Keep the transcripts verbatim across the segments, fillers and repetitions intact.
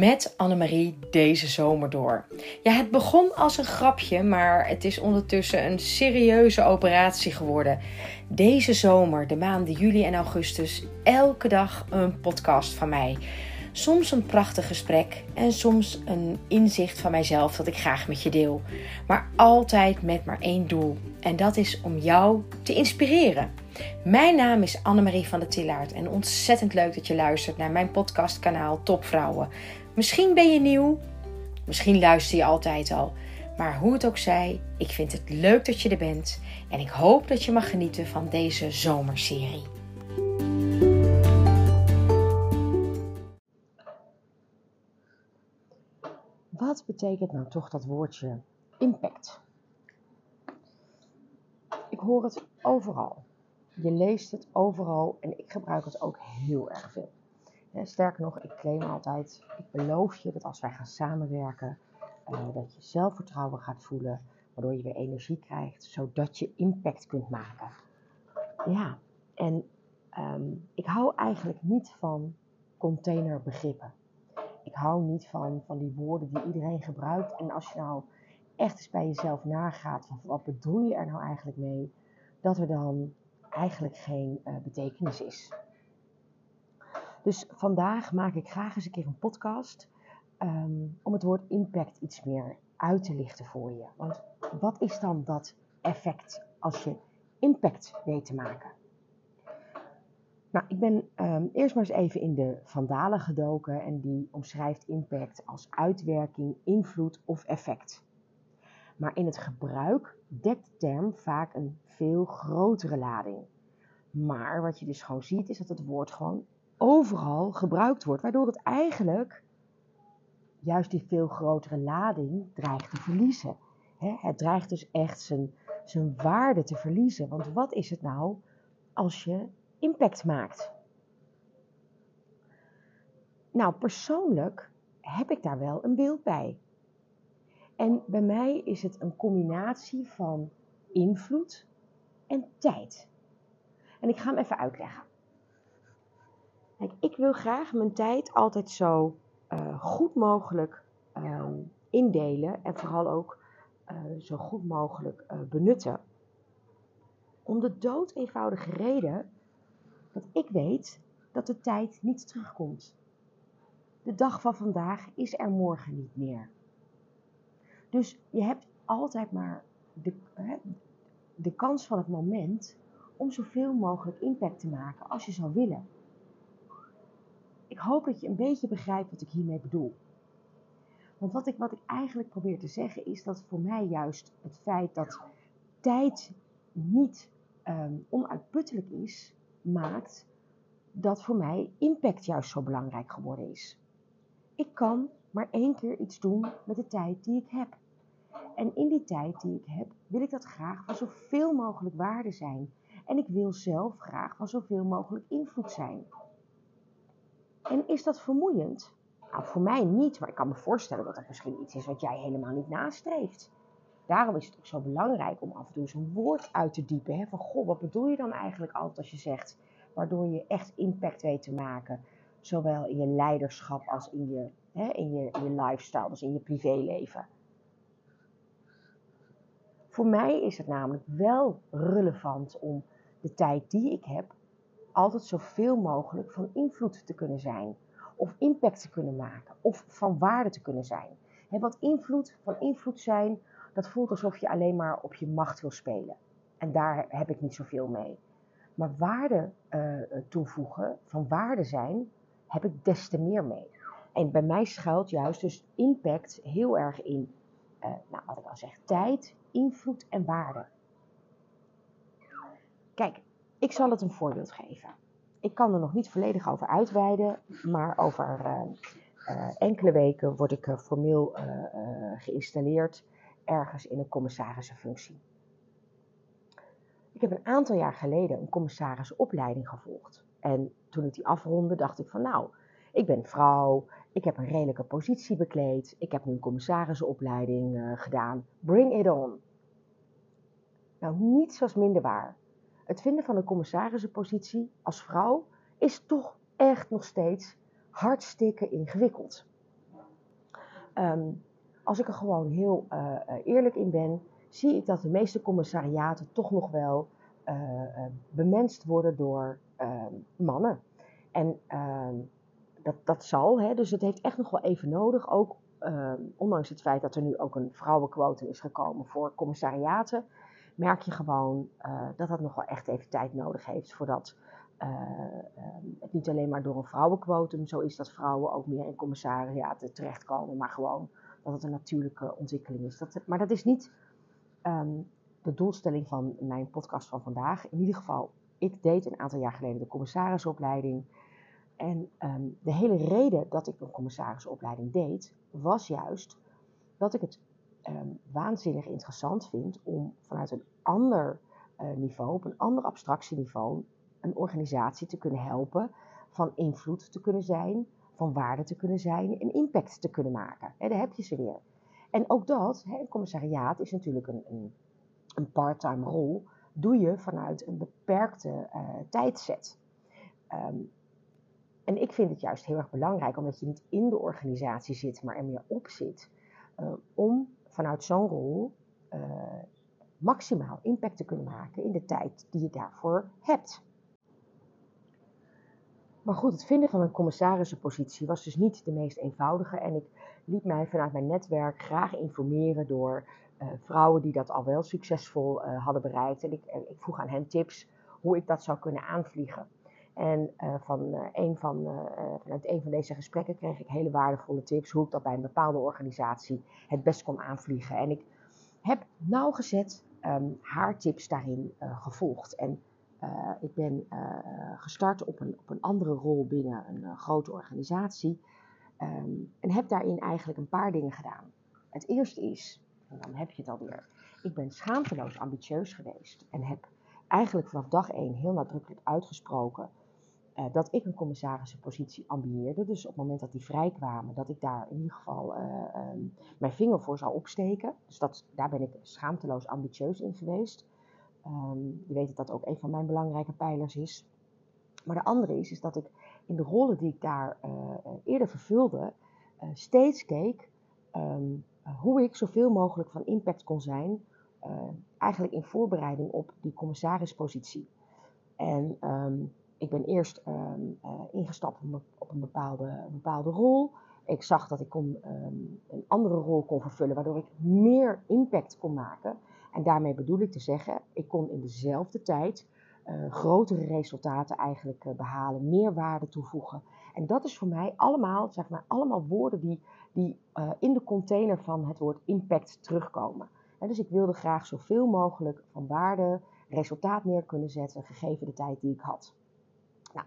met Annemarie deze zomer door. Ja, het begon als een grapje, maar het is ondertussen een serieuze operatie geworden. Deze zomer, de maanden juli en augustus, elke dag een podcast van mij. Soms een prachtig gesprek en soms een inzicht van mijzelf dat ik graag met je deel. Maar altijd met maar één doel. En dat is om jou te inspireren. Mijn naam is Annemarie van der Tillaert en ontzettend leuk dat je luistert naar mijn podcastkanaal Topvrouwen. Misschien ben je nieuw, misschien luister je altijd al. Maar hoe het ook zij, ik vind het leuk dat je er bent. En ik hoop dat je mag genieten van deze zomerserie. Wat betekent nou toch dat woordje impact? Ik hoor het overal. Je leest het overal en ik gebruik het ook heel erg veel. Sterker nog, ik claim altijd, ik beloof je dat als wij gaan samenwerken, uh, dat je zelfvertrouwen gaat voelen, waardoor je weer energie krijgt, zodat je impact kunt maken. Ja, en um, ik hou eigenlijk niet van containerbegrippen. Ik hou niet van, van die woorden die iedereen gebruikt. En als je nou echt eens bij jezelf nagaat, van wat bedoel je er nou eigenlijk mee, dat er dan eigenlijk geen uh, betekenis is. Dus vandaag maak ik graag eens een keer een podcast um, om het woord impact iets meer uit te lichten voor je. Want wat is dan dat effect als je impact weet te maken? Nou, ik ben um, eerst maar eens even in de Vandalen gedoken en die omschrijft impact als uitwerking, invloed of effect. Maar in het gebruik dekt de term vaak een veel grotere lading. Maar wat je dus gewoon ziet is dat het woord gewoon overal gebruikt wordt, waardoor het eigenlijk juist die veel grotere lading dreigt te verliezen. He, het dreigt dus echt zijn, zijn waarde te verliezen. Want wat is het nou als je impact maakt? Nou, persoonlijk heb ik daar wel een beeld bij. En bij mij is het een combinatie van invloed en tijd. En ik ga hem even uitleggen. Kijk, ik wil graag mijn tijd altijd zo uh, goed mogelijk uh, indelen en vooral ook uh, zo goed mogelijk uh, benutten. Om de dood eenvoudige reden dat ik weet dat de tijd niet terugkomt. De dag van vandaag is er morgen niet meer. Dus je hebt altijd maar de, uh, de kans van het moment om zoveel mogelijk impact te maken als je zou willen. Ik hoop dat je een beetje begrijpt wat ik hiermee bedoel. Want wat ik, wat ik eigenlijk probeer te zeggen is dat voor mij juist het feit dat tijd niet um, onuitputtelijk is, maakt dat voor mij impact juist zo belangrijk geworden is. Ik kan maar één keer iets doen met de tijd die ik heb. En in die tijd die ik heb, wil ik dat graag van zoveel mogelijk waarde zijn. En ik wil zelf graag van zoveel mogelijk invloed zijn. En is dat vermoeiend? Nou, voor mij niet, maar ik kan me voorstellen dat dat misschien iets is wat jij helemaal niet nastreeft. Daarom is het ook zo belangrijk om af en toe eens een woord uit te diepen. Hè? Van, goh, wat bedoel je dan eigenlijk altijd als je zegt, waardoor je echt impact weet te maken. Zowel in je leiderschap als in je, hè, in je, in je lifestyle, dus in je privéleven. Voor mij is het namelijk wel relevant om de tijd die ik heb altijd zoveel mogelijk van invloed te kunnen zijn. Of impact te kunnen maken. Of van waarde te kunnen zijn. He, wat invloed, van invloed zijn, dat voelt alsof je alleen maar op je macht wil spelen. En daar heb ik niet zoveel mee. Maar waarde uh, toevoegen, van waarde zijn, heb ik des te meer mee. En bij mij schuilt juist dus impact heel erg in, uh, nou, wat ik al zeg, tijd, invloed en waarde. Kijk, ik zal het een voorbeeld geven. Ik kan er nog niet volledig over uitweiden, maar over uh, uh, enkele weken word ik uh, formeel uh, uh, geïnstalleerd ergens in een commissarissenfunctie. Ik heb een aantal jaar geleden een commissarisopleiding gevolgd. En toen ik die afrondde, dacht ik van nou, ik ben vrouw, ik heb een redelijke positie bekleed, ik heb nu een commissarisopleiding uh, gedaan. Bring it on. Nou, niets was minder waar. Het vinden van een commissarissenpositie als vrouw is toch echt nog steeds hartstikke ingewikkeld. Um, als ik er gewoon heel uh, eerlijk in ben, zie ik dat de meeste commissariaten toch nog wel uh, uh, bemenst worden door uh, mannen. En uh, dat, dat zal, hè, dus het heeft echt nog wel even nodig, ook uh, ondanks het feit dat er nu ook een vrouwenquotum is gekomen voor commissariaten, merk je gewoon uh, dat dat nog wel echt even tijd nodig heeft voordat uh, uh, het niet alleen maar door een vrouwenquotum zo is dat vrouwen ook meer in commissariaten terechtkomen, maar gewoon dat het een natuurlijke ontwikkeling is. Dat, maar dat is niet um, de doelstelling van mijn podcast van vandaag. In ieder geval, ik deed een aantal jaar geleden de commissarisopleiding. En um, de hele reden dat ik een commissarisopleiding deed, was juist dat ik het um, waanzinnig interessant vind om vanuit een ander uh, niveau, op een ander abstractieniveau, een organisatie te kunnen helpen, van invloed te kunnen zijn, van waarde te kunnen zijn en impact te kunnen maken. He, daar heb je ze weer. En ook dat, he, een commissariaat is natuurlijk een, een, een part-time rol, doe je vanuit een beperkte uh, tijdset. Um, En ik vind het juist heel erg belangrijk, omdat je niet in de organisatie zit, maar er meer op zit, uh, om vanuit zo'n rol uh, maximaal impact te kunnen maken in de tijd die je daarvoor hebt. Maar goed, het vinden van een commissarissenpositie was dus niet de meest eenvoudige en ik liet mij vanuit mijn netwerk graag informeren door uh, vrouwen die dat al wel succesvol uh, hadden bereikt. En ik, uh, ik vroeg aan hen tips hoe ik dat zou kunnen aanvliegen. En uh, van, uh, een van, uh, vanuit een van deze gesprekken kreeg ik hele waardevolle tips hoe ik dat bij een bepaalde organisatie het best kon aanvliegen. En ik heb nauwgezet um, haar tips daarin uh, gevolgd. En uh, ik ben uh, gestart op een, op een andere rol binnen een uh, grote organisatie. Um, en heb daarin eigenlijk een paar dingen gedaan. Het eerste is, en dan heb je het alweer, ik ben schaamteloos ambitieus geweest. En heb eigenlijk vanaf dag één heel nadrukkelijk uitgesproken uh, dat ik een commissarissenpositie ambieerde. Dus op het moment dat die vrijkwamen, dat ik daar in ieder geval uh, um, mijn vinger voor zou opsteken. Dus dat, daar ben ik schaamteloos ambitieus in geweest. Um, je weet dat dat ook een van mijn belangrijke pijlers is. Maar de andere is, is dat ik in de rollen die ik daar uh, eerder vervulde, uh, steeds keek um, uh, hoe ik zoveel mogelijk van impact kon zijn, uh, eigenlijk in voorbereiding op die commissarispositie. En um, ik ben eerst um, uh, ingestapt op een bepaalde, een bepaalde rol. Ik zag dat ik kon, um, een andere rol kon vervullen, waardoor ik meer impact kon maken. En daarmee bedoel ik te zeggen, ik kon in dezelfde tijd uh, grotere resultaten eigenlijk uh, behalen, meer waarde toevoegen. En dat is voor mij allemaal, zeg maar, allemaal woorden die, die uh, in de container van het woord impact terugkomen. En dus ik wilde graag zoveel mogelijk van waarde, resultaat neer kunnen zetten, gegeven de tijd die ik had. Nou,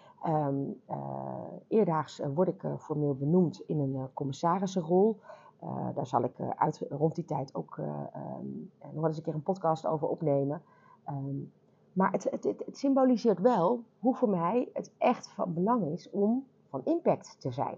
um, uh, eerdaags uh, word ik uh, formeel benoemd in een uh, commissarissenrol. Uh, daar zal ik uh, uit, rond die tijd ook uh, um, nog wel eens een keer een podcast over opnemen. Um, maar het, het, het, het symboliseert wel hoe voor mij het echt van belang is om van impact te zijn.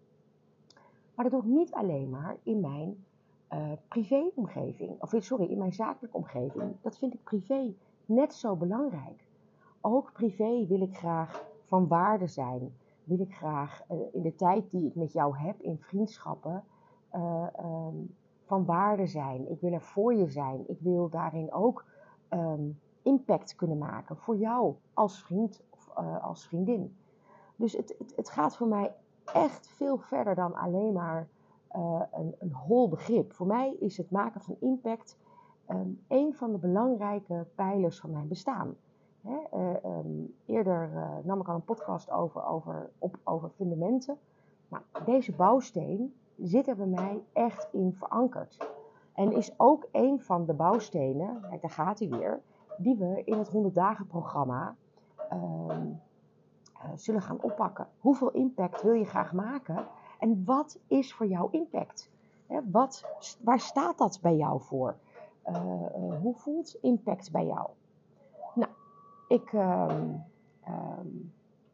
Maar dat doe ik niet alleen maar in mijn uh, privéomgeving, of sorry, in mijn zakelijke omgeving. Dat vind ik privé net zo belangrijk. Ook privé wil ik graag van waarde zijn. Wil ik graag uh, in de tijd die ik met jou heb in vriendschappen uh, um, van waarde zijn. Ik wil er voor je zijn. Ik wil daarin ook um, impact kunnen maken voor jou als vriend of uh, als vriendin. Dus het, het, het gaat voor mij echt veel verder dan alleen maar uh, een, een hol begrip. Voor mij is het maken van impact um, een van de belangrijke pijlers van mijn bestaan. Hè, uh, um, eerder uh, nam ik al een podcast over, over, op, over fundamenten. Nou, deze bouwsteen zit er bij mij echt in verankerd. En is ook een van de bouwstenen, kijk, daar gaat hij weer, die we in het honderd dagen programma um, uh, zullen gaan oppakken. Hoeveel impact wil je graag maken? En wat is voor jou impact? Hè, wat, waar staat dat bij jou voor? Uh, uh, hoe voelt impact bij jou? Nou, ik, um, um,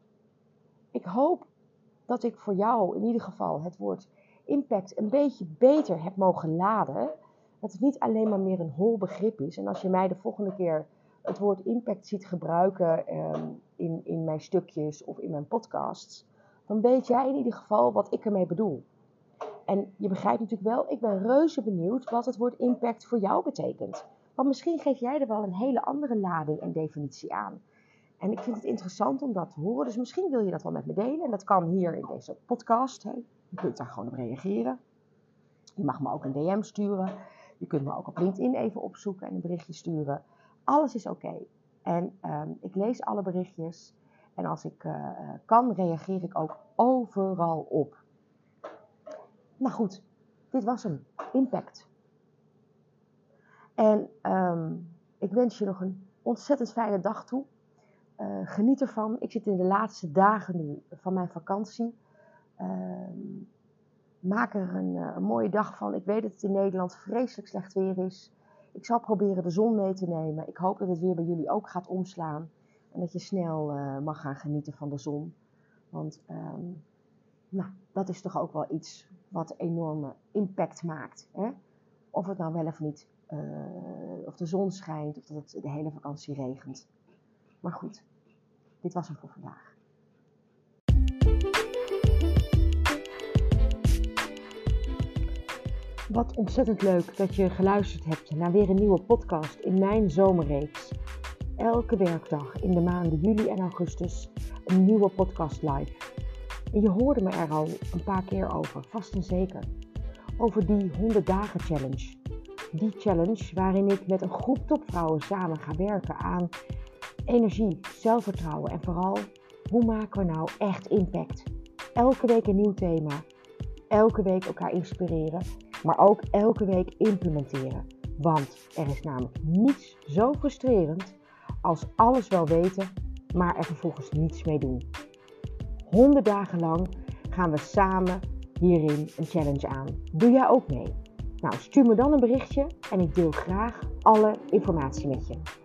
ik hoop dat ik voor jou in ieder geval het woord impact een beetje beter heb mogen laden. Dat het niet alleen maar meer een hol begrip is. En als je mij de volgende keer het woord impact ziet gebruiken um, in, in mijn stukjes of in mijn podcasts, dan weet jij in ieder geval wat ik ermee bedoel. en je begrijpt natuurlijk wel, ik ben reuze benieuwd wat het woord impact voor jou betekent. Want misschien geef jij er wel een hele andere lading en definitie aan. En ik vind het interessant om dat te horen. Dus misschien wil je dat wel met me delen. En dat kan hier in deze podcast. Hè. Je kunt daar gewoon op reageren. Je mag me ook een D M sturen. Je kunt me ook op LinkedIn even opzoeken en een berichtje sturen. Alles is oké. Okay. En um, ik lees alle berichtjes. En als ik uh, kan, reageer ik ook overal op. Nou goed, dit was hem. Impact. En um, ik wens je nog een ontzettend fijne dag toe. Uh, geniet ervan. Ik zit in de laatste dagen nu van mijn vakantie. Uh, maak er een, uh, een mooie dag van. Ik weet dat het in Nederland vreselijk slecht weer is. Ik zal proberen de zon mee te nemen. Ik hoop dat het weer bij jullie ook gaat omslaan. En dat je snel uh, mag gaan genieten van de zon. Want um, nou, dat is toch ook wel iets wat enorme impact maakt. Hè? Of het nou wel of niet, uh, of de zon schijnt, of dat het de hele vakantie regent. Maar goed, dit was hem voor vandaag. Wat ontzettend leuk dat je geluisterd hebt naar weer een nieuwe podcast in mijn zomerreeks. Elke werkdag in de maanden juli en augustus een nieuwe podcast live. En je hoorde me er al een paar keer over, vast en zeker. Over die honderd dagen challenge. Die challenge waarin ik met een groep topvrouwen samen ga werken aan energie, zelfvertrouwen en vooral, hoe maken we nou echt impact? Elke week een nieuw thema, elke week elkaar inspireren, maar ook elke week implementeren. Want er is namelijk niets zo frustrerend als alles wel weten, maar er vervolgens niets mee doen. honderd dagen lang gaan we samen hierin een challenge aan. Doe jij ook mee? Nou, stuur me dan een berichtje en ik deel graag alle informatie met je.